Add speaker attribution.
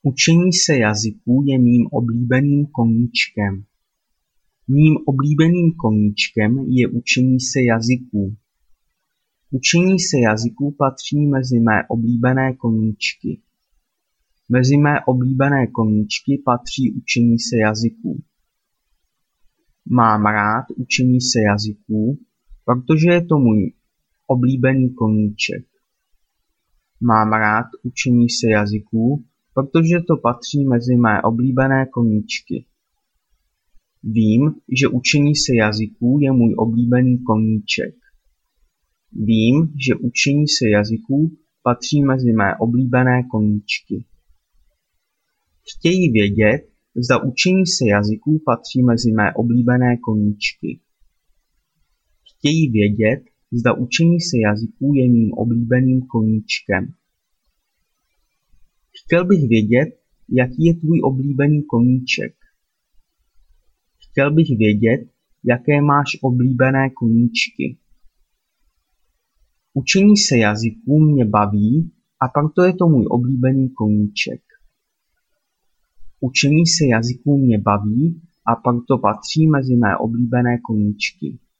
Speaker 1: Učení se jazyků je mým oblíbeným koníčkem. Mým oblíbeným koníčkem je učení se jazyků. Učení se jazyků patří mezi mé oblíbené koníčky. Mezi mé oblíbené koníčky patří učení se jazyků. Mám rád učení se jazyků, protože je to můj oblíbený koníček. Mám rád učení se jazyků, protože to patří mezi mé oblíbené koníčky. Vím, že učení se jazyků je můj oblíbený koníček. Vím, že učení se jazyků patří mezi mé oblíbené koníčky. Chtějí vědět, zda učení se jazyků patří mezi mé oblíbené koníčky. Chtějí vědět, zda učení se jazyků je mým oblíbeným koníčkem. Chtěl bych vědět, jaký je tvůj oblíbený koníček. Chtěl bych vědět, jaké máš oblíbené koníčky. Učení se jazyků mě baví a proto je to můj oblíbený koníček. Učení se jazyků mě baví a proto patří mezi mé oblíbené koníčky.